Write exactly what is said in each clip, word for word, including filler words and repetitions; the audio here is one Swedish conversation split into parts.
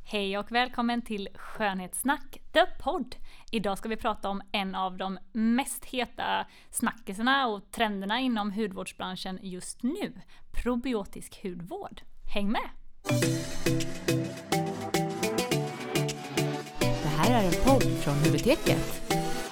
Hej och välkommen till Skönhetssnack, The Podd. Idag ska vi prata om en av de mest heta snackisarna och trenderna inom hudvårdsbranschen just nu. Probiotisk hudvård. Häng med! Det här är en podd från Hudoteket.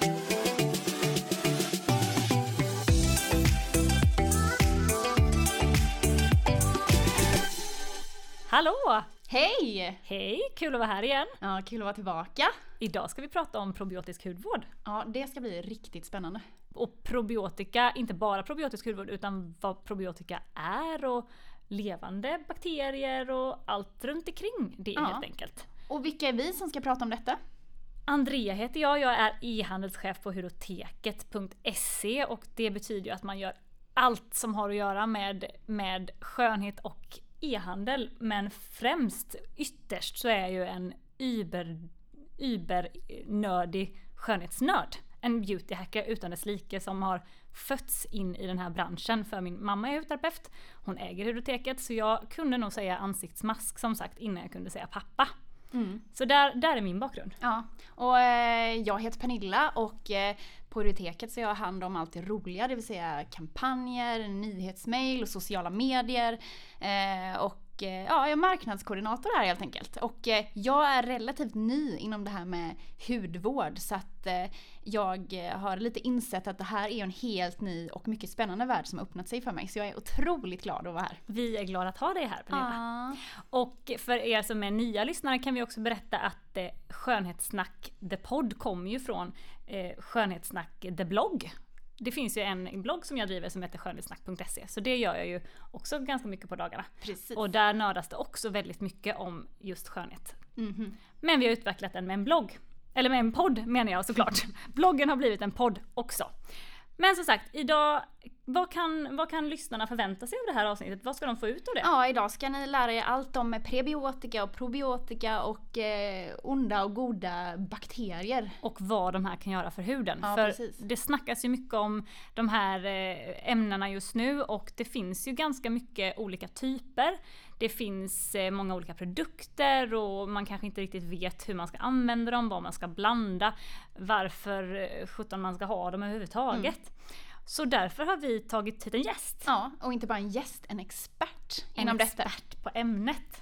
Hallå! Hej! Hej, kul att vara här igen. Ja, kul att vara tillbaka. Idag ska vi prata om probiotisk hudvård. Ja, det ska bli riktigt spännande. Och probiotika, inte bara probiotisk hudvård utan vad probiotika är och levande bakterier och allt runt omkring det Ja. helt enkelt. Och vilka är vi som ska prata om detta? Andrea heter jag, jag är e-handelschef på hudoteket punkt se och det betyder ju att man gör allt som har att göra med, med skönhet och e-handel, men främst ytterst så är jag ju en über, übernördig skönhetsnörd. En beautyhacker utan dess like som har fötts in i den här branschen, för min mamma är hudterapeut, hon äger Hudoteket, så jag kunde nog säga ansiktsmask som sagt innan jag kunde säga pappa. Mm. Så där, där är min bakgrund. Ja, och eh, jag heter Pernilla och eh, på Hudoteket så jag har hand om allt det roliga, det vill säga kampanjer, nyhetsmail och sociala medier eh, och eh, ja, jag är marknadskoordinator här helt enkelt. Och eh, jag är relativt ny inom det här med hudvård, så att eh, jag har lite insett att det här är en helt ny och mycket spännande värld som har öppnat sig för mig, så jag är otroligt glad att vara här. Vi är glada att ha dig här, Pernilla. Ah. Och för er som är nya lyssnare kan vi också berätta att eh, Skönhetssnack The Podd kommer ju från eh, Skönhetssnack The Blogg. Det finns ju en blogg som jag driver som heter skönhetssnack punkt se, så det gör jag ju också ganska mycket på dagarna. Precis. Och där nördas det också väldigt mycket om just skönhet. Mm-hmm. Men vi har utvecklat den med en blogg. Eller med en podd menar jag såklart. Bloggen har blivit en podd också. Men som sagt, idag, vad kan, vad kan lyssnarna förvänta sig av det här avsnittet? Vad ska de få ut av det? Ja, idag ska ni lära er allt om prebiotika och probiotika och eh, onda och goda bakterier. Och vad de här kan göra för huden. Ja, för precis. det snackas ju mycket om de här eh, ämnena just nu och det finns ju ganska mycket olika typer. Det finns eh, många olika produkter och man kanske inte riktigt vet hur man ska använda dem, vad man ska blanda, varför eh, sjutton man ska ha dem överhuvudtaget. Mm. Så därför har vi tagit hit en gäst. Ja, och inte bara en gäst, en expert en inom expert detta. på ämnet.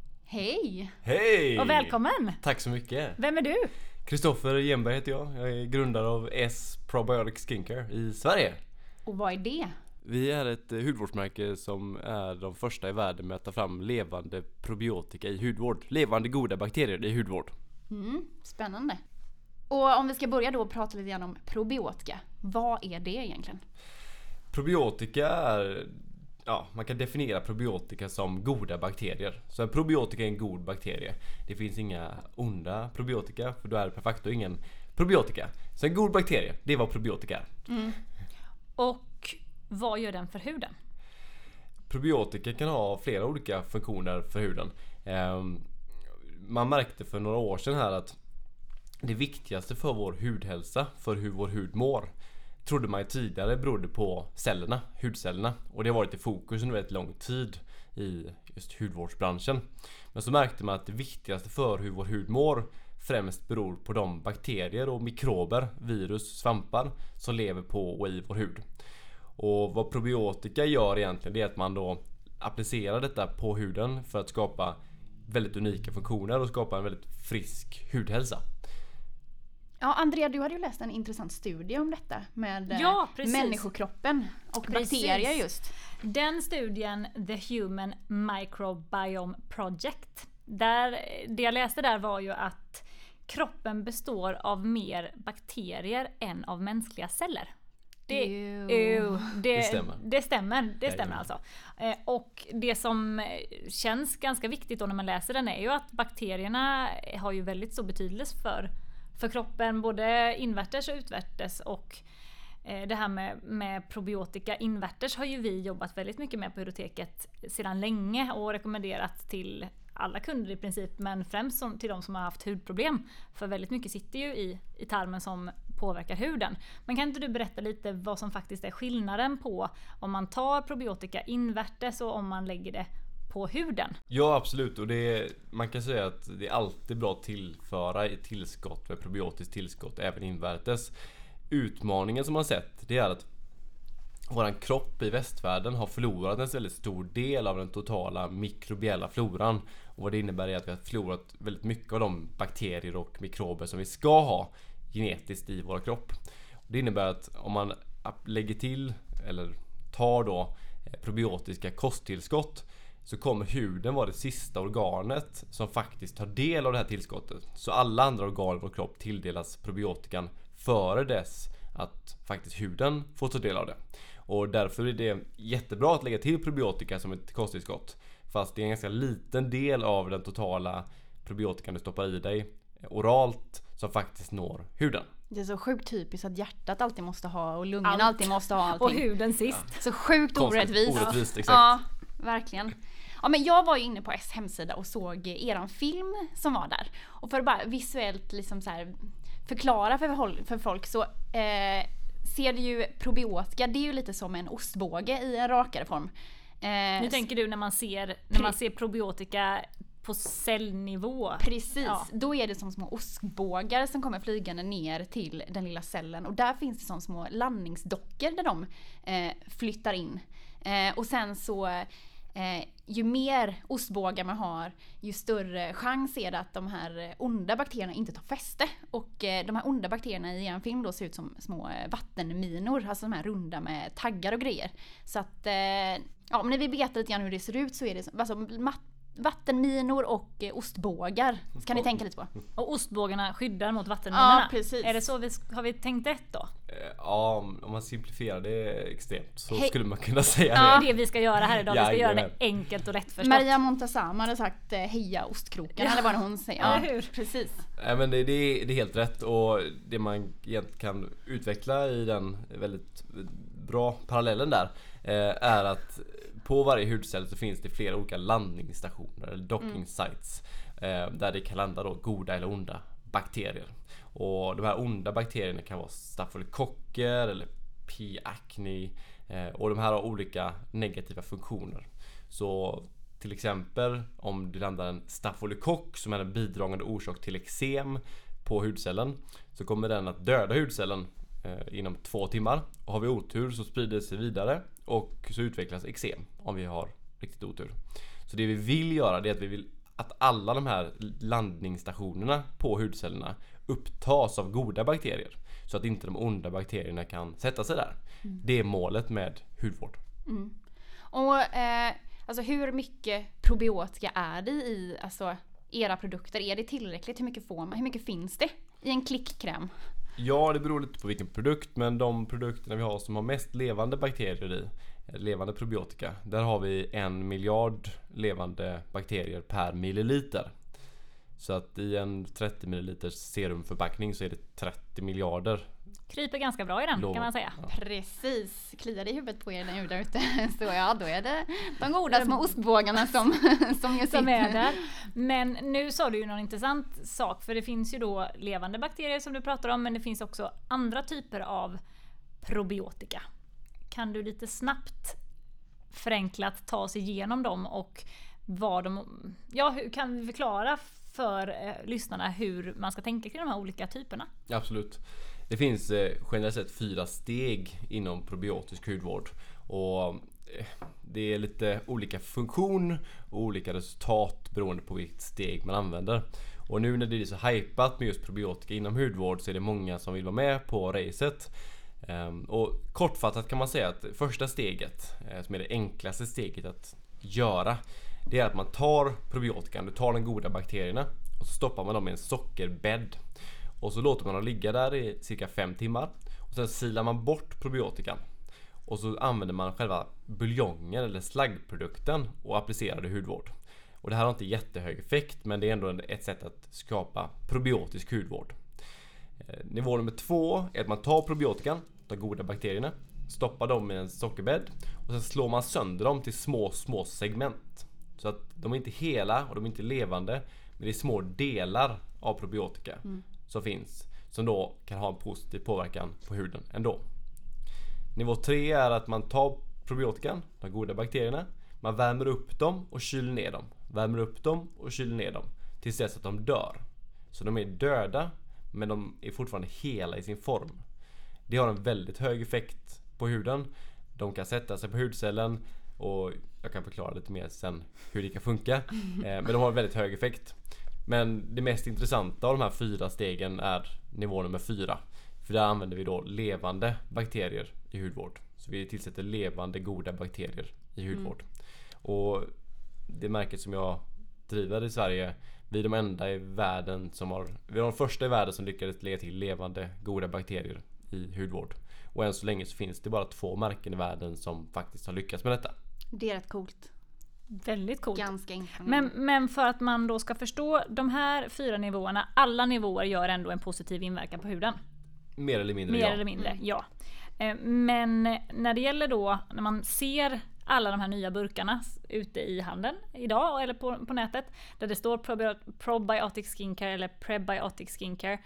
Hej! Hej! Och välkommen! Tack så mycket! Vem är du? Kristoffer Genberg heter jag. Jag är grundare av S Probiotic Skincare i Sverige. Och vad är det? Vi är ett hudvårdsmärke som är de första i världen med att ta fram levande probiotika i hudvård. Levande goda bakterier i hudvård. Mm, spännande. Och om vi ska börja då och prata lite grann om probiotika. Vad är det egentligen? Probiotika är... Ja, man kan definiera probiotika som goda bakterier. Så en probiotika är en god bakterie. Det finns inga onda probiotika, för då är det per facto ingen probiotika. Så en god bakterie, det är vad probiotika är. Mm. Och vad gör den för huden? Probiotika kan ha flera olika funktioner för huden. Man märkte för några år sedan här att det viktigaste för vår hudhälsa, för hur vår hud mår, trodde man tidigare berodde på cellerna, hudcellerna. Och det har varit i fokus under väldigt lång tid i just hudvårdsbranschen. Men så märkte man att det viktigaste för hur vår hud mår främst beror på de bakterier och mikrober, virus, svampar som lever på och i vår hud. Och vad probiotika gör egentligen, det är att man då applicerar detta på huden för att skapa väldigt unika funktioner och skapa en väldigt frisk hudhälsa. Ja, Andrea, du hade ju läst en intressant studie om detta med ja, människokroppen och precis. bakterier just. Den studien, The Human Microbiome Project, där, det jag läste där var ju att kroppen består av mer bakterier än av mänskliga celler. Det, ew, det, det stämmer. Det stämmer, det stämmer alltså. Eh, och det som känns ganska viktigt då när man läser den är ju att bakterierna har ju väldigt stor betydelse för, för kroppen, både invärtes och utvärtes. Och eh, det här med, med probiotika invärtes har ju vi jobbat väldigt mycket med på Hudoteket sedan länge och rekommenderat till alla kunder i princip, men främst som, till de som har haft hudproblem. För väldigt mycket sitter ju i, i tarmen som påverkar huden. Men kan inte du berätta lite vad som faktiskt är skillnaden på om man tar probiotika invärtes och om man lägger det på på huden. Ja, absolut. Och det är, man kan säga att det är alltid bra att tillföra ett tillskott med probiotiskt tillskott även invärtes. Utmaningen som man sett, det är att våran kropp i västvärlden har förlorat en väldigt stor del av den totala mikrobiella floran. Och vad det innebär är att vi har förlorat väldigt mycket av de bakterier och mikrober som vi ska ha genetiskt i vår kropp. Det innebär att om man lägger till eller tar då probiotiska kosttillskott, så kommer huden vara det sista organet som faktiskt tar del av det här tillskottet. Så alla andra organ i vår kropp tilldelas probiotikan före dess att faktiskt huden får ta del av det. Och därför är det jättebra att lägga till probiotika som ett kosttillskott. Fast det är en ganska liten del av den totala probiotikan du stoppar i dig oralt som faktiskt når huden. Det är så sjukt typiskt att hjärtat alltid måste ha och lungorna Allt. alltid måste ha allting. Och huden sist. Ja. Så sjukt Konstigt, orättvist. orättvist, exakt. Ja, verkligen. Ja, men jag var ju inne på S hemsida och såg eran film som var där. Och för att bara visuellt liksom så här förklara för, för folk så eh, ser du ju probiotika, det är ju lite som en ostbåge i en rakare form. Eh, Nu tänker du när man ser, när man ser probiotika på cellnivå. Precis, Ja. då är det som små ostbågar som kommer flygande ner till den lilla cellen. Och där finns det som små landningsdockor där de eh, flyttar in. Eh, och sen så, eh, ju mer ostbågar man har, ju större chans är det att de här onda bakterierna inte tar fäste. Och eh, de här onda bakterierna i en film då ser ut som små eh, vattenminor, alltså de här runda med taggar och grejer. Så att, eh, ja, men när vi vet lite grann hur det ser ut så är det som, alltså, mat- vattenminor och eh, ostbågar kan ni tänka lite på. Och ostbågarna skyddar mot vattenminorna. Ja, precis. Är det så vi, har vi tänkt rätt då? Ja, om man simplifierar det extremt så Hej. skulle man kunna säga Det är det. det vi ska göra här idag. Vi ska Jajamän. göra det enkelt och lättförstått. Maria Montazama hade sagt eh, heja ostkroken, Ja. eller vad hon säger. Eller Ja, hur? precis. Nej, men det, det, är, det är helt rätt, och det man egentligen kan utveckla i den väldigt bra parallellen där eh, är att på varje hudcell så finns det flera olika landningsstationer eller docking Mm. sites eh, där det kan landa då goda eller onda bakterier. Och de här onda bakterierna kan vara stafylokocker eller P. acne eh, och de här har olika negativa funktioner. Så till exempel om det landar en stafylokock som är en bidragande orsak till eksem på hudcellen, så kommer den att döda hudcellen eh, inom två timmar. Och har vi otur så sprider det sig vidare och så utvecklas eksem om vi har riktigt otur. Så det vi vill göra, det är att vi vill att alla de här landningsstationerna på hudcellerna upptas av goda bakterier, så att inte de onda bakterierna kan sätta sig där. Mm. Det är målet med hudvård. Mm. Och eh, alltså hur mycket probiotika är det i alltså, era produkter? Är det tillräckligt? Hur mycket får man? Hur mycket finns det i en klickkräm? Ja, det beror lite på vilken produkt, men de produkterna vi har som har mest levande bakterier i, levande probiotika, där har vi en miljard levande bakterier per milliliter. Så att i en trettio milliliters serumförpackning så är det trettio miljarder. Kryper ganska bra i den Lov. kan man säga. Ja. Precis, kliar det i huvudet på er där där ute. Så ja, då är det de goda små ostbågarna som, som gör Som sitt. är där. Men nu sa du ju någon intressant sak, för det finns ju då levande bakterier som du pratar om, men det finns också andra typer av probiotika. Kan du lite snabbt förenklat ta oss igenom dem och vad de, ja, hur kan vi förklara för eh, lyssnarna hur man ska tänka kring de här olika typerna? Absolut. Det finns eh, generellt sett fyra steg inom probiotisk hudvård, och eh, det är lite olika funktion och olika resultat beroende på vilket steg man använder. Och nu när det är så hypat med just probiotika inom hudvård så är det många som vill vara med på racet. Um, och kortfattat kan man säga att första steget, eh, som är det enklaste steget att göra, det är att man tar probiotikan, du tar de goda bakterierna och så stoppar man dem i en sockerbädd. Och så låter man dem ligga där i cirka fem timmar. Och sen silar man bort probiotikan. Och så använder man själva buljongen eller slaggprodukten och applicerar det i hudvård. Och det här har inte jättehög effekt, men det är ändå ett sätt att skapa probiotisk hudvård. Nivå nummer två är att man tar probiotikan, de goda bakterierna, stoppar dem i en sockerbädd och sen slår man sönder dem till små, små segment. Så att de är inte hela och de är inte levande, men det är små delar av probiotika mm. som finns, som då kan ha en positiv påverkan på huden ändå. Nivå tre är att man tar probiotikan, de goda bakterierna, Man värmer upp dem och kyler ner dem. Värmer upp dem och kyler ner dem. Tills dess att de dör. Så de är döda, men de är fortfarande hela i sin form. Det har en väldigt hög effekt på huden. De kan sätta sig på hudcellen. Och jag kan förklara lite mer sen hur det kan funka. Eh, men de har en väldigt hög effekt. Men det mest intressanta av de här fyra stegen är nivå nummer fyra. För där använder vi då levande bakterier i hudvård. Så vi tillsätter levande goda bakterier i hudvård. Mm. Och det märket som jag driver i Sverige, vi är de enda i världen som har, vi är de första i världen som lyckades lägga till levande goda bakterier i hudvård. Och än så länge så finns det bara två märken i världen som faktiskt har lyckats med detta. Det är rätt coolt. Väldigt coolt. Ganska imponerande. Men, men för att man då ska förstå de här fyra nivåerna, alla nivåer gör ändå en positiv inverkan på huden. Mer eller mindre, Mer ja. eller mindre, mm. ja. Men när det gäller då, när man ser alla de här nya burkarna ute i handeln idag eller på, på nätet, där det står probi- probiotic skincare eller prebiotic skincare,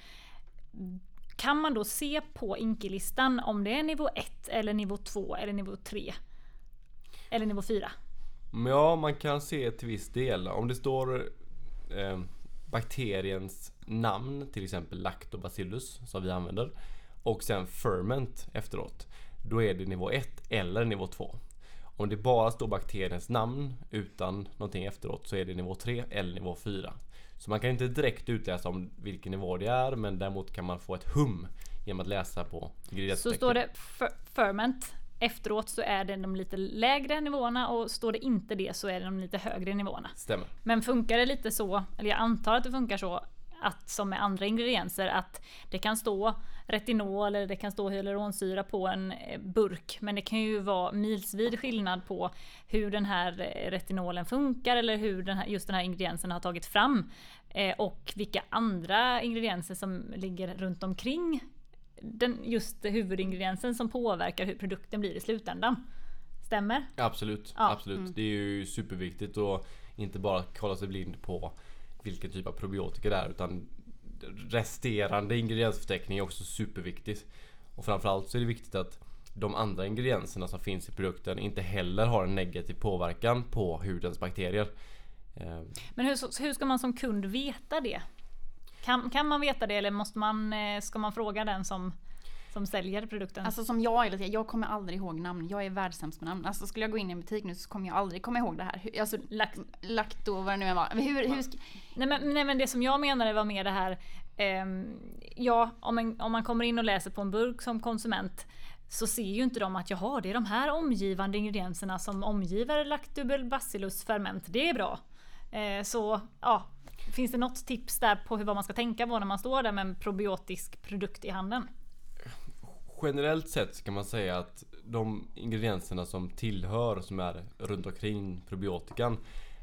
kan man då se på Inkey-listan om det är nivå ett eller nivå två eller nivå tre eller nivå fyra? Ja, man kan se till viss del. Om det står eh, bakteriens namn, till exempel lactobacillus som vi använder, och sen ferment efteråt, då är det nivå ett eller nivå två. Om det bara står bakteriens namn utan någonting efteråt, så är det nivå tre eller nivå fyra. Så man kan inte direkt utläsa om vilken nivå det är, men däremot kan man få ett hum genom att läsa på ingrediensförteckningen. Så står det fer- ferment efteråt, så är det de lite lägre nivåerna, och står det inte det så är det de lite högre nivåerna. Stämmer. Men funkar det lite så, eller jag antar att det funkar så, att som med andra ingredienser, att det kan stå retinol eller det kan stå hyaluronsyra på en burk, men det kan ju vara milsvid skillnad på hur den här retinolen funkar eller hur den här, just den här ingrediensen har tagit fram, eh, och vilka andra ingredienser som ligger runt omkring den, just huvudingrediensen, som påverkar hur produkten blir i slutändan. Stämmer? Absolut, ja. absolut. Mm. Det är ju superviktigt att inte bara kolla sig blind på vilken typ av probiotika det är, utan resterande ingrediensförteckning är också superviktigt. Och framförallt så är det viktigt att de andra ingredienserna som finns i produkten inte heller har en negativ påverkan på hudens bakterier. Men hur, hur ska man som kund veta det? Kan, kan man veta det, eller måste man, ska man fråga den som, som säljer produkten? Alltså som jag, jag kommer aldrig ihåg namn. Jag är världssämst med namn. Alltså skulle jag gå in i en butik nu så kommer jag aldrig komma ihåg det här. Alltså lakt, lakto, vad det nu är var. Hur, hur ska... nej, men, nej men det som jag menade var mer det här, eh, ja, om, en, om man kommer in och läser på en burk som konsument, så ser ju inte de att jaha, det är de här omgivande ingredienserna som omgiver lactobacillus ferment. Det är bra. Eh, så ja, finns det något tips där på hur vad man ska tänka på när man står där med en probiotisk produkt i handen? Generellt sett kan man säga att de ingredienserna som tillhör, som är runt omkring probiotikan,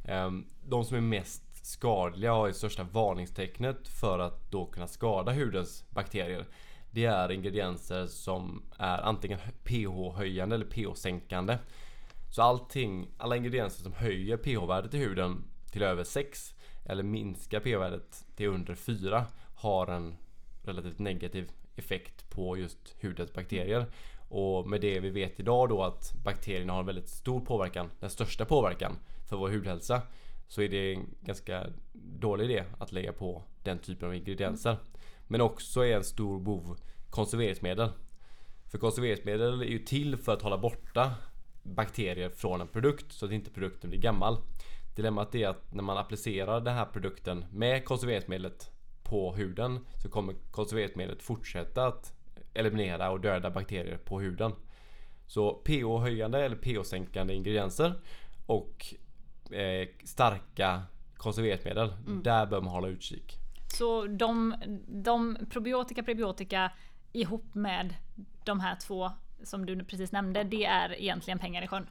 de som är mest skadliga och är största varningstecknet för att då kunna skada hudens bakterier, det är ingredienser som är antingen pH-höjande eller pH-sänkande. Så allting, alla ingredienser som höjer pH-värdet i huden till över sex eller minskar pH-värdet till under fyra har en relativt negativ effekt på just hudens bakterier. Och med det vi vet idag då, att bakterierna har en väldigt stor påverkan, den största påverkan för vår hudhälsa, så är det en ganska dålig idé att lägga på den typen av ingredienser. Men också är en stor bov konserveringsmedel. För konserveringsmedel är ju till för att hålla borta bakterier från en produkt så att inte produkten blir gammal. Dilemmat är att när man applicerar den här produkten med konserveringsmedlet på huden, så kommer konserveringsmedlet fortsätta att eliminera och döda bakterier på huden. Så pH-höjande eller pH-sänkande ingredienser och eh, starka konserveringsmedel, mm. där bör man hålla utkik. Så de, de probiotika, prebiotika ihop med de här två som du precis nämnde, det är egentligen pengar i sjön?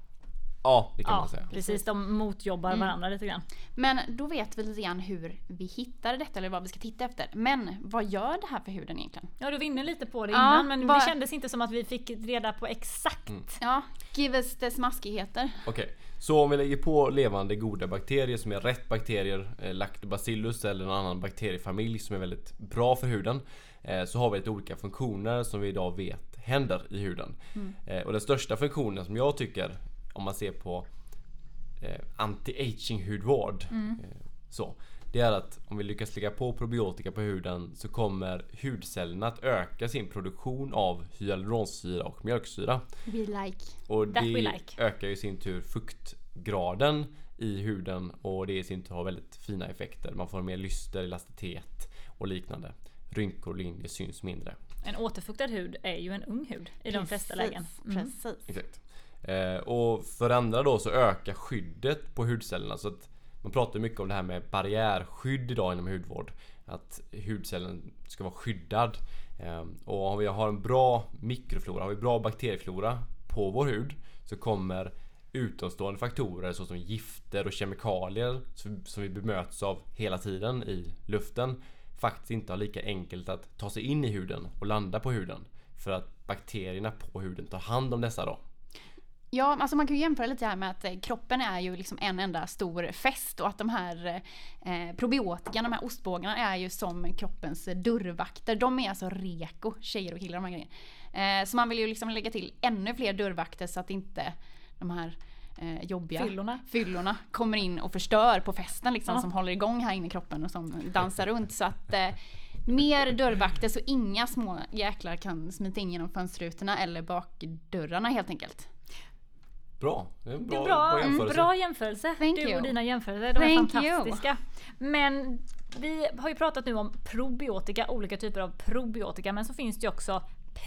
Ja, det kan ja, man säga. Precis, de motjobbar mm. varandra lite grann. Men då vet vi lite grann hur vi hittar detta, eller vad vi ska titta efter. Men vad gör det här för huden egentligen? Ja, du var inne lite på det ja, innan, men var... det kändes inte som att vi fick reda på exakt. Mm. Ja, give us dess smaskigheter. Okej, okay. Så om vi lägger på levande goda bakterier som är rätt bakterier, eh, lactobacillus eller en annan bakteriefamilj som är väldigt bra för huden, eh, så har vi lite olika funktioner som vi idag vet händer i huden. Mm. Eh, och den största funktionen som jag tycker, om man ser på eh, anti-aging hudvård. Mm. Eh, så. Det är att om vi lyckas lägga på probiotika på huden så kommer hudcellerna att öka sin produktion av hyaluronsyra och mjölksyra. We like. Och That det we like. ökar i sin tur fuktgraden i huden och det i sin tur har väldigt fina effekter. Man får mer lyster, elasticitet och liknande. Rynkor och linjer syns mindre. En återfuktad hud är ju en ung hud i de flesta lägen. Mm. Precis. Exakt. Eh, och för andra då så ökar skyddet på hudcellerna. Så att man pratar mycket om det här med barriärskydd idag inom hudvård. Att hudcellen ska vara skyddad. Eh, och om vi har en bra mikroflora, har vi bra bakterieflora på vår hud så kommer utomstående faktorer såsom gifter och kemikalier som vi bemöts av hela tiden i luften faktiskt inte har lika enkelt att ta sig in i huden och landa på huden. För att bakterierna på huden tar hand om dessa då. Ja, alltså man kan ju jämföra lite här med att eh, kroppen är ju liksom en enda stor fest och att de här eh, probiotika, de här ostbågarna är ju som kroppens dörrvakter. De är alltså reko, tjejer och killar, de här grejerna. Eh, så man vill ju liksom lägga till ännu fler dörrvakter så att inte de här eh, jobbiga Fyllorna. fyllorna kommer in och förstör på festen liksom, Ja. som håller igång här inne i kroppen och som dansar runt. Så att eh, mer dörrvakter så inga små jäklar kan smita in genom fönsterrutorna eller bakdörrarna helt enkelt. Bra, det är en Det bra, är bra, bra mm, jämförelse. bra jämförelse. Thank du you. och dina jämförelser, de är Thank you. fantastiska. Men vi har ju pratat nu om probiotika, olika typer av probiotika, men så finns det ju också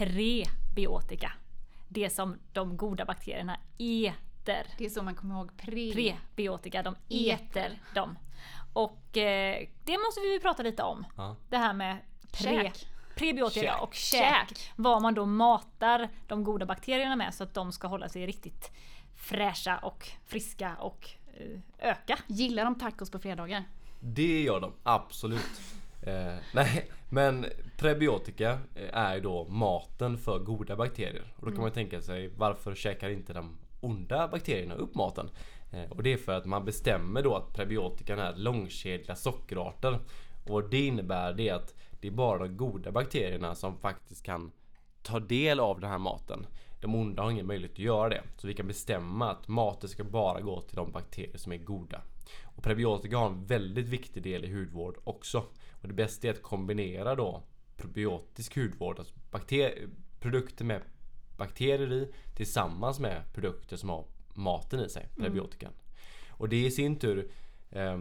prebiotika. Det som de goda bakterierna äter. Det är så man kommer ihåg pre. Prebiotika, de Äter. äter dem. Och eh, det måste vi ju prata lite om. Ja. Det här med pre, Käk. prebiotika Käk. och käk. Vad man då matar de goda bakterierna med så att de ska hålla sig riktigt fräscha och friska och eh, öka. Gillar de tacos på fredagar? Det gör de, absolut. Eh, nej, men prebiotika är ju då maten för goda bakterier. Och då kan man tänka sig, varför käkar inte de onda bakterierna upp maten? Eh, och det är för att man bestämmer då att prebiotikan är långkedliga sockerarter. Och det innebär det att det är bara de goda bakterierna som faktiskt kan ta del av den här maten. De onda har ingen möjlighet att göra det. Så vi kan bestämma att maten ska bara gå till de bakterier som är goda. Och prebiotika har en väldigt viktig del i hudvård också. Och det bästa är att kombinera då probiotisk hudvård, alltså bakter- produkter med bakterier i tillsammans med produkter som har maten i sig, prebiotikan. Mm. Och det i sin tur, eh,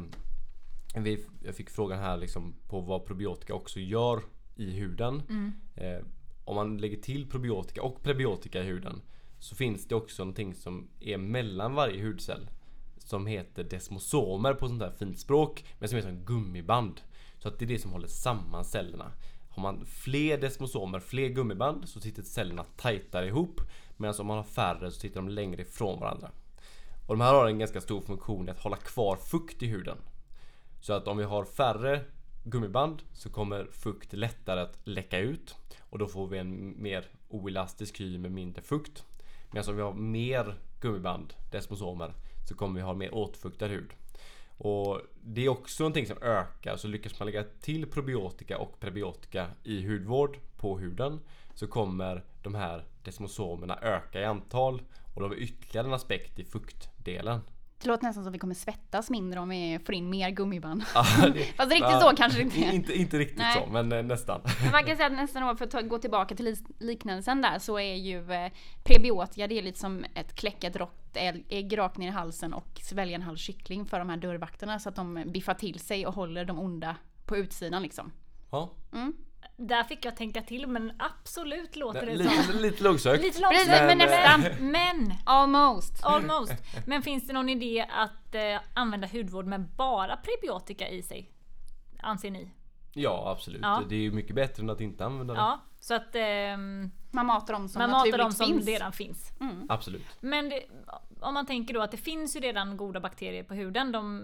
vi, jag fick frågan här liksom på vad probiotika också gör i huden. Mm. Eh, om man lägger till probiotika och prebiotika i huden så finns det också någonting som är mellan varje hudcell som heter desmosomer på sånt här fint språk, men som är som en gummiband. Så att det är det som håller samman cellerna. Har man fler desmosomer, fler gummiband, så sitter cellerna tajtare ihop, medan om man har färre så sitter de längre ifrån varandra. Och de här har en ganska stor funktion i att hålla kvar fukt i huden. Så att om vi har färre gummiband så kommer fukt lättare att läcka ut, och då får vi en mer oelastisk hy med mindre fukt. Medan om vi har mer gummiband, desmosomer, så kommer vi ha mer återfuktad hud. Och det är också någonting som ökar, så lyckas man lägga till probiotika och prebiotika i hudvård på huden så kommer de här desmosomerna öka i antal, och då har vi ytterligare en aspekt i fuktdelen. Det låter nästan som att vi kommer svettas mindre om vi får in mer gummiband. Ja, det, Fast riktigt ja, så kanske det inte är. Inte, inte riktigt Nej. så, men eh, nästan. Men man kan säga att nästan då, för att ta, gå tillbaka till lis- liknelsen där, så är ju eh, prebiotika, det är lite som ett kläckat rått ägg rakt ner i halsen och svälja en halv kyckling för de här dörrvakterna så att de biffar till sig och håller de onda på utsidan liksom. Ja. Mm. Där fick jag tänka till, men absolut låter det Lite, som. lite långsökt. Lite långt, Precis, men, men nästan. men Almost. almost. Men finns det någon idé att eh, använda hudvård med bara prebiotika i sig? Anser ni? Ja, absolut. Ja. Det är ju mycket bättre än att inte använda det. Ja, så att ehm, Man matar dem som man matar naturligt dem som finns. redan finns. Mm. Absolut. Men det, om man tänker då att det finns ju redan goda bakterier på huden. De,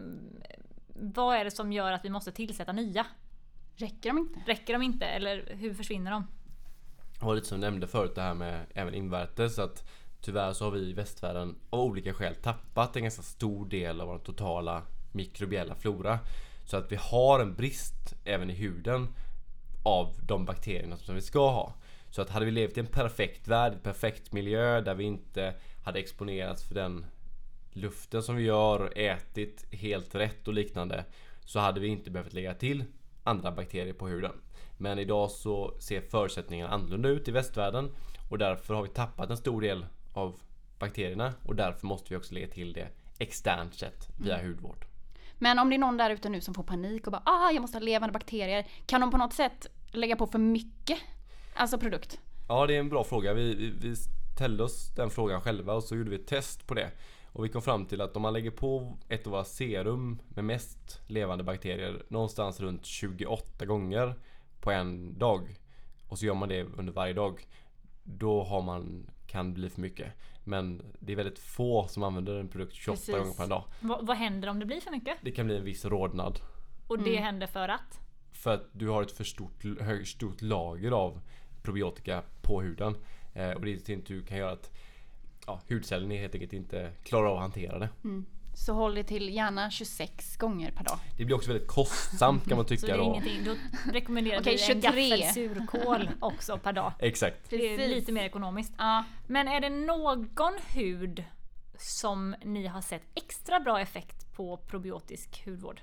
vad är det som gör att vi måste tillsätta nya? Räcker de inte? Räcker de inte, eller hur försvinner de? Och lite som jag nämnde förut, det här med även invärtes, att tyvärr så har vi i västvärlden av olika skäl tappat en ganska stor del av vår totala mikrobiella flora. Så att vi har en brist även i huden av de bakterierna som vi ska ha. Så att hade vi levt i en perfekt värld, en perfekt miljö där vi inte hade exponerats för den luften som vi gör, ätit helt rätt och liknande, så hade vi inte behövt lägga till andra bakterier på huden. Men idag så ser förutsättningarna annorlunda ut i västvärlden och därför har vi tappat en stor del av bakterierna och därför måste vi också lägga till det externt sett via mm. hudvård. Men om det är någon där ute nu som får panik och bara ah, jag måste ha levande bakterier, kan de på något sätt lägga på för mycket? Alltså produkt? Ja, det är en bra fråga. Vi, vi, vi ställde oss den frågan själva och så gjorde vi ett test på det. Och vi kom fram till att om man lägger på ett av våra serum med mest levande bakterier någonstans runt tjugoåtta gånger på en dag och så gör man det under varje dag, då har man, kan bli för mycket. Men det är väldigt få som använder en produkt tjugoåtta Precis. Gånger på en dag. V- vad händer om det blir för mycket? Det kan bli en viss rodnad. Och det Mm. händer för att? För att du har ett för stort, hö, stort lager av probiotika på huden. Eh, och det i sin tur kan göra att ja, hudcellen helt enkelt inte klarar av att hantera det. Mm. Så håll det till gärna tjugosex gånger per dag. Det blir också väldigt kostsamt kan man tycka. Så det är då. ingenting. Då rekommenderar Okej, vi en tjugotre gaffel surkål också per dag. Exakt. Det är Precis. lite mer ekonomiskt. Ja. Men är det någon hud som ni har sett extra bra effekt på probiotisk hudvård?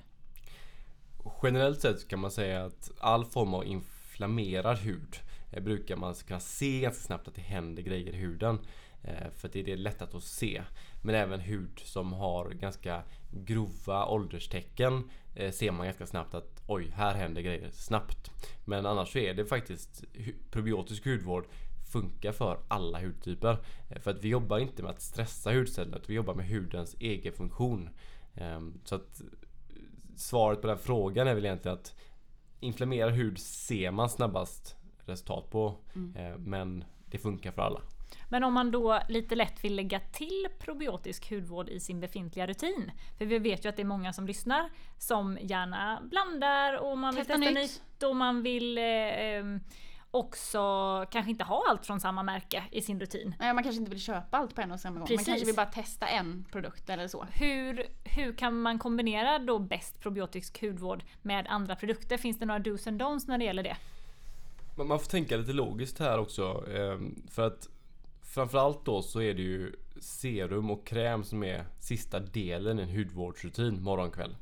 Generellt sett kan man säga att all form av inflammerad hud eh, brukar man kunna se ganska snabbt att det händer grejer i huden. Eh, för att det är det lättast att se. Men även hud som har ganska grova ålderstecken eh, ser man ganska snabbt att oj, här händer grejer snabbt. Men annars så är det faktiskt hu- probiotisk hudvård funkar för alla hudtyper. Eh, för att vi jobbar inte med att stressa hudceller, vi jobbar med hudens egen funktion. Eh, så att svaret på den frågan är väl egentligen att inflammerad hud ser man snabbast resultat på. Mm. Eh, men det funkar för alla. Men om man då lite lätt vill lägga till probiotisk hudvård i sin befintliga rutin. För vi vet ju att det är många som lyssnar som gärna blandar och man vill Testa testa nytt. nytt och man vill eh, också kanske inte ha allt från samma märke i sin rutin. Nej, man kanske inte vill köpa allt på en och samma gång. Precis. Man kanske vill bara testa en produkt eller så. Hur, hur kan man kombinera då bäst probiotisk hudvård med andra produkter? Finns det några do's and don'ts när det gäller det? Men man får tänka lite logiskt här också. Eh, för att framförallt då så är det ju serum och kräm som är sista delen i en hudvårdsrutin morgonkväll.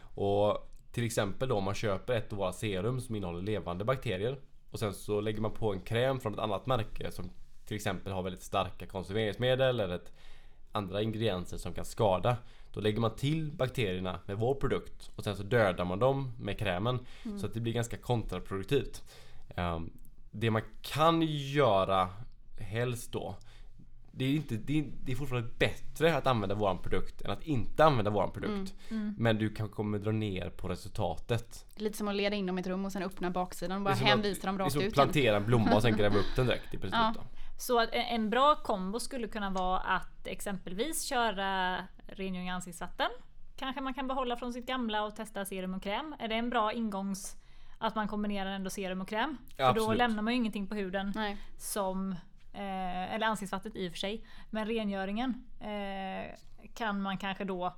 Och till exempel då om man köper ett av våra serum som innehåller levande bakterier och sen så lägger man på en kräm från ett annat märke som till exempel har väldigt starka konserveringsmedel eller ett andra ingredienser som kan skada. Då lägger man till bakterierna med vår produkt och sen så dödar man dem med krämen. Mm. Så att det blir ganska kontraproduktivt. Um, det man kan göra helst då, det är, inte, det är, det är fortfarande bättre att använda våran produkt än att inte använda våran produkt. Mm. Mm. Men du kan kommer dra ner på resultatet. Lite som att leda in dem i ett rum och sen öppna baksidan och bara Det är som hänvisa dem att- rakt det är som ut. att plantera en blomma och sen gräva upp den direkt i princip. Ja. Då. Så att en bra kombo skulle kunna vara att exempelvis köra rengöring i ansiktsvatten. Kanske man kan behålla från sitt gamla och testa serum och kräm. Är det en bra ingångs att man kombinerar ändå serum och kräm? För Absolut. då lämnar man ju ingenting på huden Nej. som eh, eller ansiktsvattnet i och för sig. Men rengöringen eh, kan man kanske då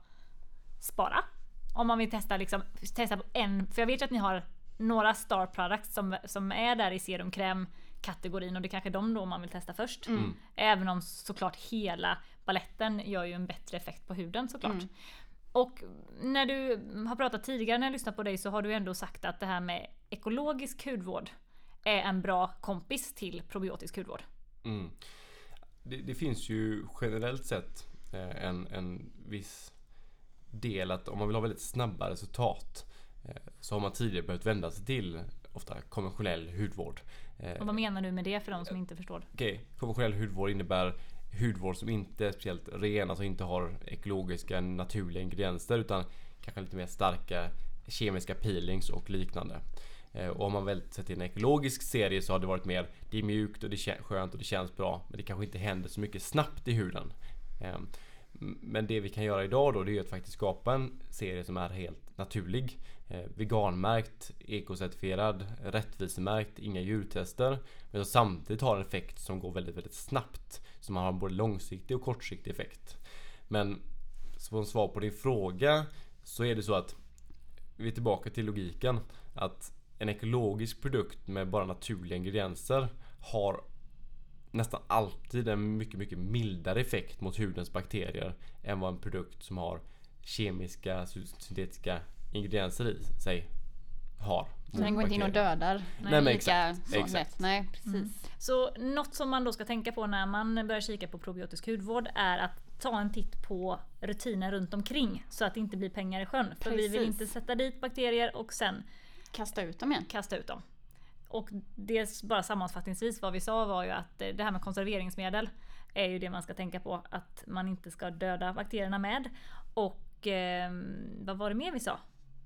spara. Om man vill testa liksom, testa på en, för jag vet att ni har några star products som, som är där i serumkräm kategorin och det är kanske de då man vill testa först. Mm. Även om såklart hela balletten gör ju en bättre effekt på huden såklart. Mm. Och när du har pratat tidigare när jag lyssnat på dig så har du ändå sagt att det här med ekologisk hudvård är en bra kompis till probiotisk hudvård. Mm. Det, det finns ju generellt sett eh, en, en viss del att om man vill ha väldigt snabba resultat eh, så har man tidigare behövt vända sig till ofta konventionell hudvård. Eh, Och vad menar du med det för de som inte förstår? Okej, okay. Konventionell hudvård innebär hudvård som inte är speciellt ren, alltså inte har ekologiska naturliga ingredienser utan kanske lite mer starka kemiska peelings och liknande. Eh, och om man väl sätter in en ekologisk serie så har det varit mer, det är mjukt och det är skönt och det känns bra, men det kanske inte händer så mycket snabbt i huden. Eh, men det vi kan göra idag då, det är att faktiskt skapa en serie som är helt naturlig. Eh, veganmärkt, ekocertifierad, rättvisemärkt, inga djurtester. Men som samtidigt har en effekt som går väldigt, väldigt snabbt. Så man har både långsiktig och kortsiktig effekt. Men som svar på din fråga så är det så att vi är tillbaka till logiken. Att en ekologisk produkt med bara naturliga ingredienser har nästan alltid en mycket, mycket mildare effekt mot hudens bakterier än vad en produkt som har kemiska, syntetiska ingredienser i sig har. Så den går inte in och dödar. Nej, men lika exakt. så exakt. lätt. Nej, precis. Mm. Så något som man då ska tänka på när man börjar kika på probiotisk hudvård är att ta en titt på rutiner runt omkring så att det inte blir pengar i sjön. För Precis. vi vill inte sätta dit bakterier och sen Kasta ut dem igen. kasta ut dem. Och det bara sammanfattningsvis vad vi sa var ju att det här med konserveringsmedel är ju det man ska tänka på, att man inte ska döda bakterierna med. Och eh, vad var det mer vi sa?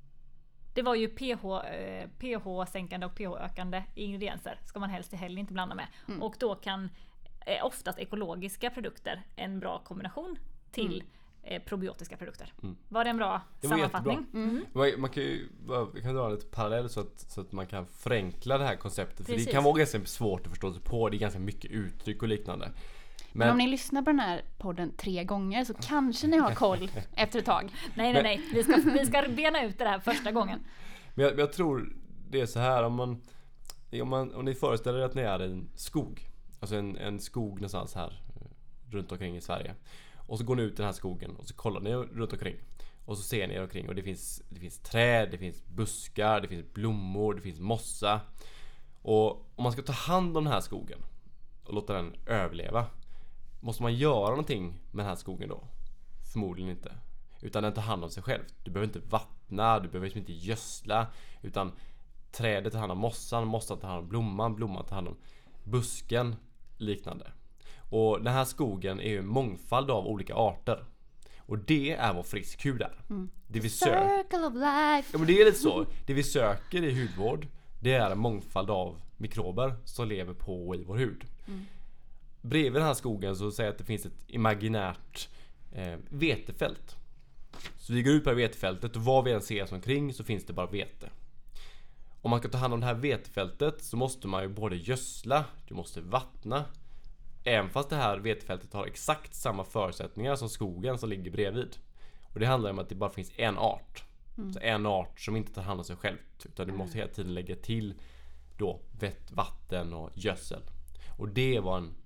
Det var ju pH, eh, pH-sänkande och pH-ökande ingredienser ska man helst heller inte blanda med. Mm. Och då kan eh, oftast ekologiska produkter en bra kombination till mm. eh, probiotiska produkter. Mm. Var det en bra det var sammanfattning? Mm. Man kan ju vi kan dra lite parallell så att, så att man kan förenkla det här konceptet. För Precis. det kan vara ganska svårt att förstå sig på. Det är ganska mycket uttryck och liknande. Men, Men om ni lyssnar på den här podden tre gånger så kanske ni har koll efter ett tag. Nej, nej, nej. Vi ska, vi ska bena ut det här första gången. Men jag, jag tror det är så här. Om, man, om, man, om ni föreställer er att ni är i en skog. Alltså en, en skog någonstans här runt omkring i Sverige. Och så går ni ut i den här skogen och så kollar ni runt omkring. Och så ser ni omkring och det finns, det finns träd, det finns buskar, det finns blommor, det finns mossa. Och om man ska ta hand om den här skogen och låta den överleva, måste man göra någonting med den här skogen då? Förmodligen inte. Utan den tar hand om sig själv. Du behöver inte vattna, du behöver inte gödsla. Utan trädet tar hand om mossan, mossan tar hand om blomman, blomman tar hand om busken, liknande. Och den här skogen är ju en mångfald av olika arter. Och det är vad frisk hud är. Mm. Det vi söker, Circle of life. Ja, men det är lite så. Det vi söker i hudvård, det är en mångfald av mikrober som lever på och i vår hud. Mm. Bredvid den här skogen så säger jag att det finns ett imaginärt eh, vetefält. Så vi går ut på det här vetefältet och vad vi än ser omkring så finns det bara vete. Om man ska ta hand om det här vetefältet så måste man ju både gödsla, du måste vattna. Även fast det här vetefältet har exakt samma förutsättningar som skogen som ligger bredvid. Och det handlar om att det bara finns en art. Mm. Så en art som inte tar hand om sig själv. Utan du måste hela tiden lägga till då vett, vatten och gödsel. Och det var en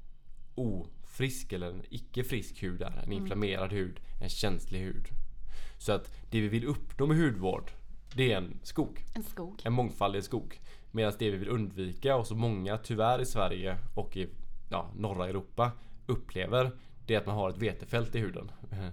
ofrisk eller en icke-frisk hud är. En inflammerad hud, en känslig hud. Så att det vi vill uppnå med hudvård, det är en skog. En skog. En mångfaldig skog. Medan det vi vill undvika, och så många tyvärr i Sverige och i ja, norra Europa upplever, det är att man har ett vetefält i huden.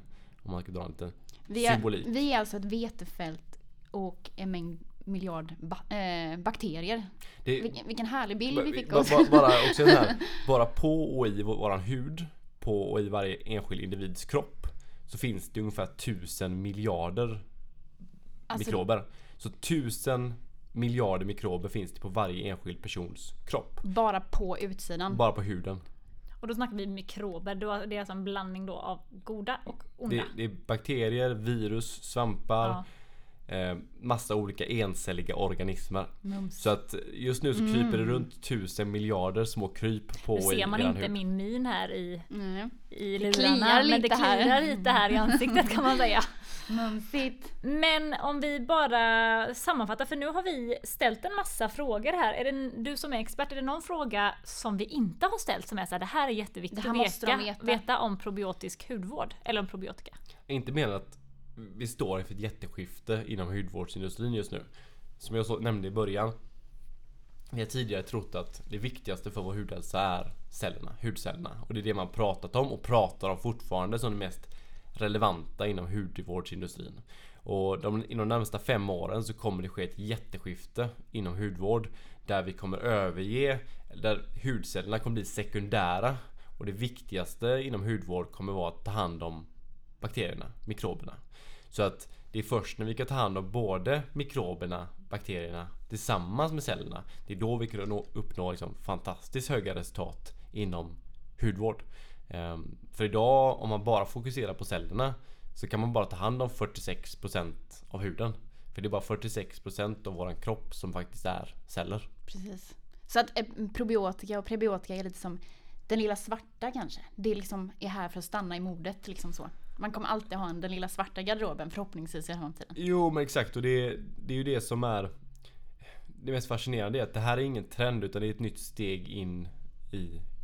Om man ska dra en liten vi är, symbolik. Vi är alltså ett vetefält och en mängd miljard ba- äh, bakterier. Det, vilken, vilken härlig bild ba, vi fick oss. Ba, bara, också den här, bara på och i våran hud, på och i varje enskild individs kropp, så finns det ungefär tusen miljarder alltså, mikrober. Så tusen miljarder mikrober finns det på varje enskild persons kropp. Bara på utsidan? Bara på huden. Och då snackar vi mikrober. Det är alltså en blandning då av goda och onda. Det, det är bakterier, virus, svampar, ja. eh, massa olika encelliga organismer. Mums. Så att just nu så kryper mm. det runt tusen miljarder små kryp på i ser man inte hud. Min min här i, mm. i lurarna. Men det kliar lite här i ansiktet kan man säga. Mumsigt. Men om vi bara sammanfattar, för nu har vi ställt en massa frågor här. Är det du som är expert, är det någon fråga som vi inte har ställt som är så här, det här är jätteviktigt här att veta, veta. veta om probiotisk hudvård eller om probiotika? Inte menar att vi står inför ett jätteskifte inom hudvårdsindustrin just nu. Som jag så nämnde i början, vi har tidigare trott att det viktigaste för vår hudhälsa är cellerna, hudcellerna. Och det är det man pratat om och pratar om fortfarande som det mest relevanta inom hudvårdsindustrin. Och de, inom de närmsta fem åren så kommer det ske ett jätteskifte inom hudvård där vi kommer överge, där hudcellerna kommer bli sekundära och det viktigaste inom hudvård kommer vara att ta hand om bakterierna, mikroberna. Så att det är först när vi kan ta hand om både mikroberna, bakterierna tillsammans med cellerna, det är då vi kan nå, uppnå liksom fantastiskt höga resultat inom hudvård. Um, för idag, om man bara fokuserar på cellerna, så kan man bara ta hand om fyrtiosex procent av huden. För det är bara fyrtiosex procent av våran kropp som faktiskt är celler. Precis. Så att eh, probiotika och prebiotika är lite som den lilla svarta kanske. Det liksom är här för att stanna i modet liksom så. Man kommer alltid ha en, den lilla svarta garderoben förhoppningsvis i framtiden. Jo, men exakt. Och det, det är ju det som är det mest fascinerande, är att det här är ingen trend utan det är ett nytt steg in i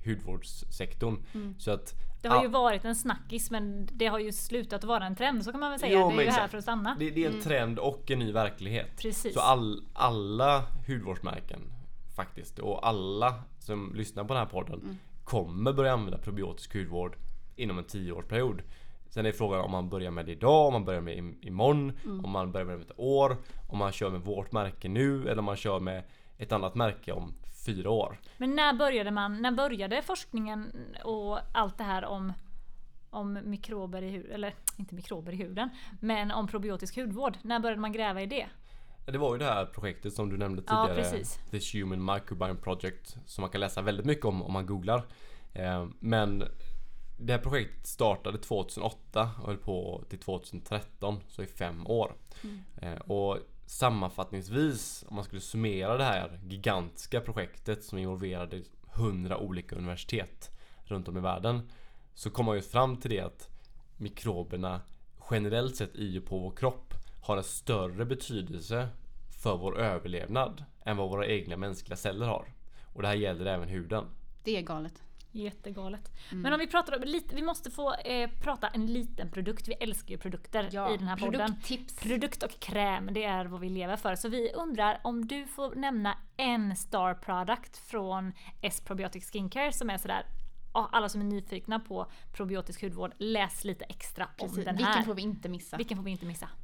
hudvårdssektorn. Mm. Så att Det har ju ah, varit en snackis, men det har ju slutat vara en trend, så kan man väl säga. Jo, det är men ju här exakt. för att stanna. det, det är en Mm. trend och en ny verklighet. Precis. Så all, alla hudvårdsmärken faktiskt, och alla som lyssnar på den här podden Mm. kommer börja använda probiotisk hudvård inom en tioårsperiod. Sen är frågan om man börjar med det idag, om man börjar med im- imorgon, Mm. om man börjar med det om ett år, om man kör med vårt märke nu eller om man kör med ett annat märke om fyra år. Men när började man, när började forskningen och allt det här om om mikrober i huden, eller inte mikrober i huden, men om probiotisk hudvård? När började man gräva i det? Det var ju det här projektet som du nämnde Ja, tidigare, precis. The Human Microbiome Project, som man kan läsa väldigt mycket om om man googlar. Eh, Men det här projektet startade tjugohundraåtta och höll på till tjugotretton, så i fem år. Mm. Eh, Och sammanfattningsvis, om man skulle summera det här gigantiska projektet som involverade hundra olika universitet runt om i världen, så kom man ju fram till det att mikroberna generellt sett i och på vår kropp har en större betydelse för vår överlevnad än vad våra egna mänskliga celler har. Och det här gäller även huden. Det är galet. Jättegalet. Mm. Men om vi pratar om lite, vi måste få eh, prata en liten produkt. Vi älskar ju produkter Ja, i den här podden. produkttips. Produkt och kräm, det är vad vi lever för. Så vi undrar om du får nämna en star product från S-Probiotic Skincare som är sådär, ja, alla som är nyfikna på probiotisk hudvård, läs lite extra om Precis. den Vilken här. får vi inte missa? Vilken får vi inte missa?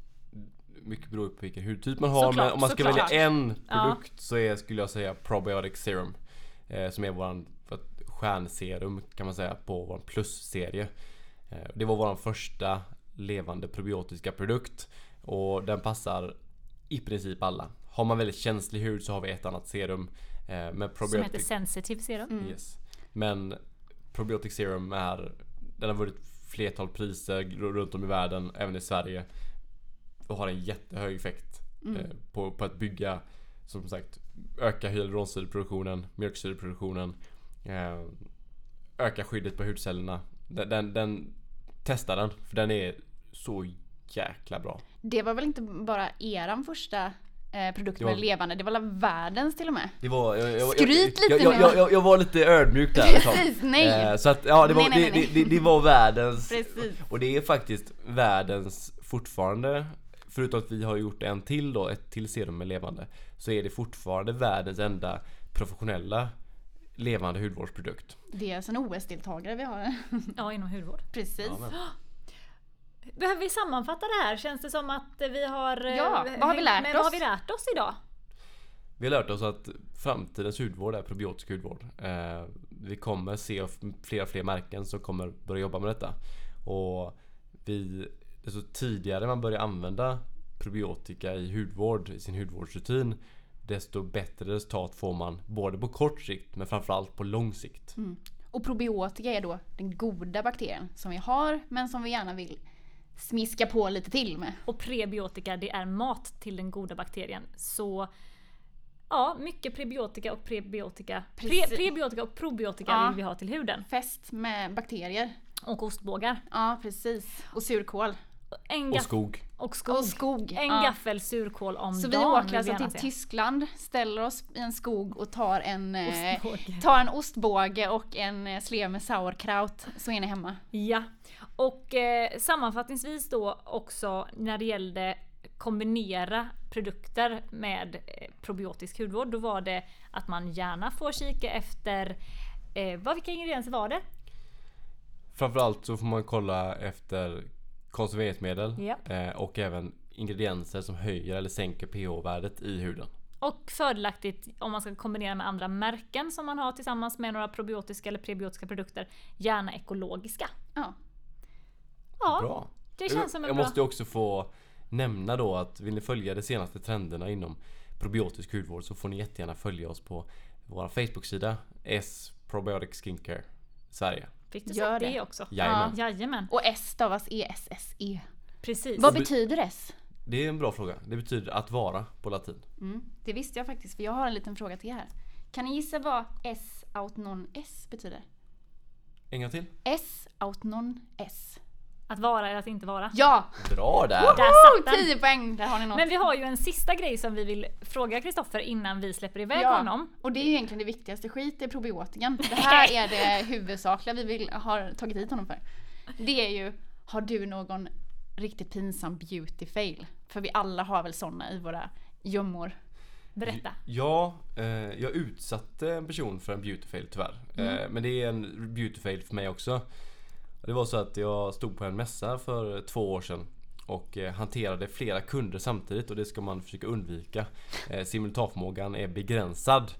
Mycket beror på vilken hudtyp man har, Såklart, men om man ska såklart. välja en Ja. produkt så är, skulle jag säga Probiotic Serum. Eh, som är våran stjärnserum kan man säga på vår plus-serie. Eh, det var vår första levande probiotiska produkt och den passar i princip alla. Har man väldigt känslig hud så har vi ett annat serum. Eh, med Som probiotic- heter Sensitive Serum. Mm. Yes. Men Probiotic Serum är, den har vunnit flertal priser runt om i världen, även i Sverige, och har en jättehög effekt Mm. eh, på, på att bygga, som sagt, öka hyaluronsyreproduktionen, mjölksyreproduktionen, eh, öka skyddet på hudcellerna. Den, den, den testa den, för den är så jäkla bra. Det var väl inte bara eran första eh, produkt Det var- med levande, det var väl världens till och med. Det var, jag, jag, Skryt jag, lite jag, nu. jag, jag, jag var lite ödmjuk där ett tag. Precis, nej. Eh, så att, ja, det var, Nej, nej, nej, det, det, det, det var världens. Precis. Och det är faktiskt världens fortfarande, förutom att vi har gjort en till då, ett till serum med levande, så är det fortfarande världens enda professionella levande hudvårdsprodukt. Det är alltså en O S-deltagare vi har. Ja, inom hudvård. Precis. Ja, men. Behöver vi sammanfatta det här? Känns det som att vi har... eh, Ja, vad har vi lärt men vad har oss? vi lärt oss idag? Vi har lärt oss att framtidens hudvård är probiotisk hudvård. Eh, vi kommer se fler och fler märken som kommer börja jobba med detta. Och vi, desto tidigare man börjar använda probiotika i hudvård, i sin hudvårdsrutin, desto bättre resultat får man både på kort sikt men framförallt på lång sikt. Mm. Och probiotika är då den goda bakterien som vi har men som vi gärna vill smiska på lite till med. Och prebiotika, det är mat till den goda bakterien. Så ja, mycket prebiotika och prebiotika. Pre, Precis. prebiotika och probiotika Ja. vill vi ha till huden. Fest med bakterier. Och ostbågar. Ja, precis. Och surkål. En Och gaff- skog. och skog. Och skog. En Ja. gaffel surkål om Så vi dagen. åker vill alltså gärna till se. Tyskland, ställer oss i en skog och tar en, eh, Ostbåge. tar en ostbåge och en eh, slev med sauerkraut, så är ni hemma. Ja, och eh, sammanfattningsvis då också när det gällde kombinera produkter med eh, probiotisk hudvård, då var det att man gärna får kika efter, eh, vad, vilka ingredienser var det? Framförallt så får man kolla efter konserveringsmedel Japp. eh, och även ingredienser som höjer eller sänker pH-värdet i huden. Och fördelaktigt om man ska kombinera med andra märken som man har tillsammans med några probiotiska eller prebiotiska produkter, gärna ekologiska. Ja. Ja, Bra. det känns som en Jag bra... måste också få nämna då att vill ni följa de senaste trenderna inom probiotisk hudvård så får ni jättegärna följa oss på vår Facebook-sida S Probiotic Skincare Sverige. Fick du Gör sett det det. också? Jajamän. Jajamän, Och S stavas E S S E. precis. Vad be- betyder S? Det är en bra fråga. Det betyder att vara på latin. Mm, det visste jag faktiskt, för jag har en liten fråga till er här. Kan ni gissa vad S out non S betyder? En gång till. S out non S. Att vara eller att inte vara. Ja! Bra där! Där satt den. tio poäng, där har ni något. Men vi har ju en sista grej som vi vill fråga Kristoffer innan vi släpper iväg Ja, honom. och det är ju egentligen det viktigaste. Skit i probiotiken. Det här är det huvudsakliga vi vill, har tagit hit honom för. Det är ju, har du någon riktigt pinsam beauty fail? För vi alla har väl såna i våra gömmor. Berätta. Ja, eh, jag utsatte en person för en beauty fail tyvärr. Mm. Eh, men det är en beauty fail för mig också. Det var så att jag stod på en mässa för två år sedan och eh, hanterade flera kunder samtidigt, och det ska man försöka undvika. Eh, simultanförmågan är begränsad.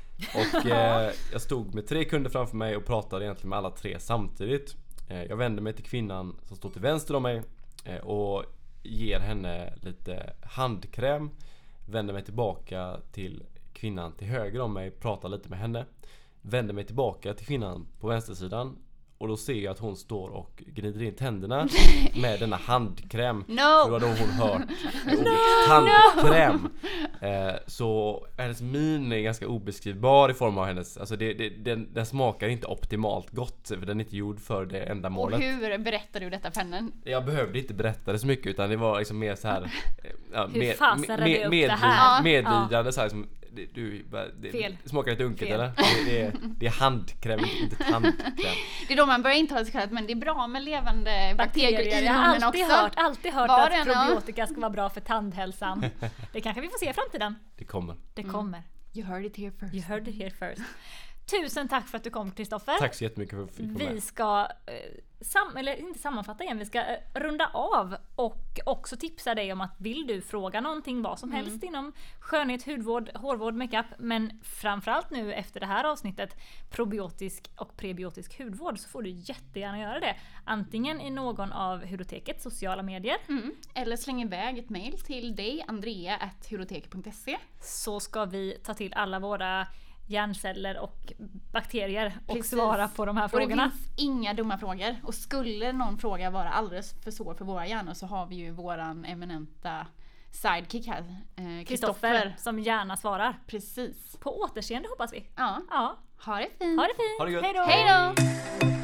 Och eh, jag stod med tre kunder framför mig och pratade egentligen med alla tre samtidigt. Eh, jag vände mig till kvinnan som står till vänster om mig eh, och ger henne lite handkräm. Vänder mig tillbaka till kvinnan till höger om mig, pratar lite med henne. Vänder mig tillbaka till kvinnan på vänstersidan, och då ser jag att hon står och gnider in tänderna med denna handkräm. No! För då hade hon hört ordet tandkräm. Eh, så hennes min är ganska obeskrivbar i form av hennes, alltså det, det, den, den smakar inte optimalt gott, för den är inte gjord för det ändamålet. Och hur berättar du detta för henne? Jag behövde inte berätta det så mycket, utan det var liksom mer så här. Ja, Hur med, fasen med, redde med, upp med, det här? medlidande så här som det, du, det, Fel. det smakar lite unket Fel. eller? Det, det, är, det är handkräm, inte tandkräm. Det är då man börjar intala sig själv, men det är bra med levande bakterier i Jag har munnen alltid också. hört, alltid hört Var att det en- probiotika ska vara bra för tandhälsan. Det kanske vi får se i framtiden. Det kommer. Det kommer. You heard it here first. You heard it here first. Tusen tack för att du kom, Kristoffer. Tack så jättemycket för att jag fick vara Vi med. ska, eh, sam- eller inte sammanfatta igen, vi ska eh, runda av och också tipsa dig om att vill du fråga någonting, vad som helst inom skönhet, hudvård, hårvård, makeup, men framförallt nu efter det här avsnittet probiotisk och prebiotisk hudvård, så får du jättegärna göra det. Antingen i någon av Hudotekets sociala medier, Mm. Eller släng iväg ett mejl till dig, andrea at hudoteket punkt se. så ska vi ta till alla våra hjärnceller och bakterier och Precis. svara på de här Och det frågorna. finns inga dumma frågor. Och skulle någon fråga vara alldeles för svår för våra hjärnor, så har vi ju våran eminenta sidekick här, eh, Kristoffer Kristoffer. som gärna svarar. Precis. På återseende hoppas vi. Ja, Ja, ha det fint. ha det fint. Ha det gött. Hej då. Hej då!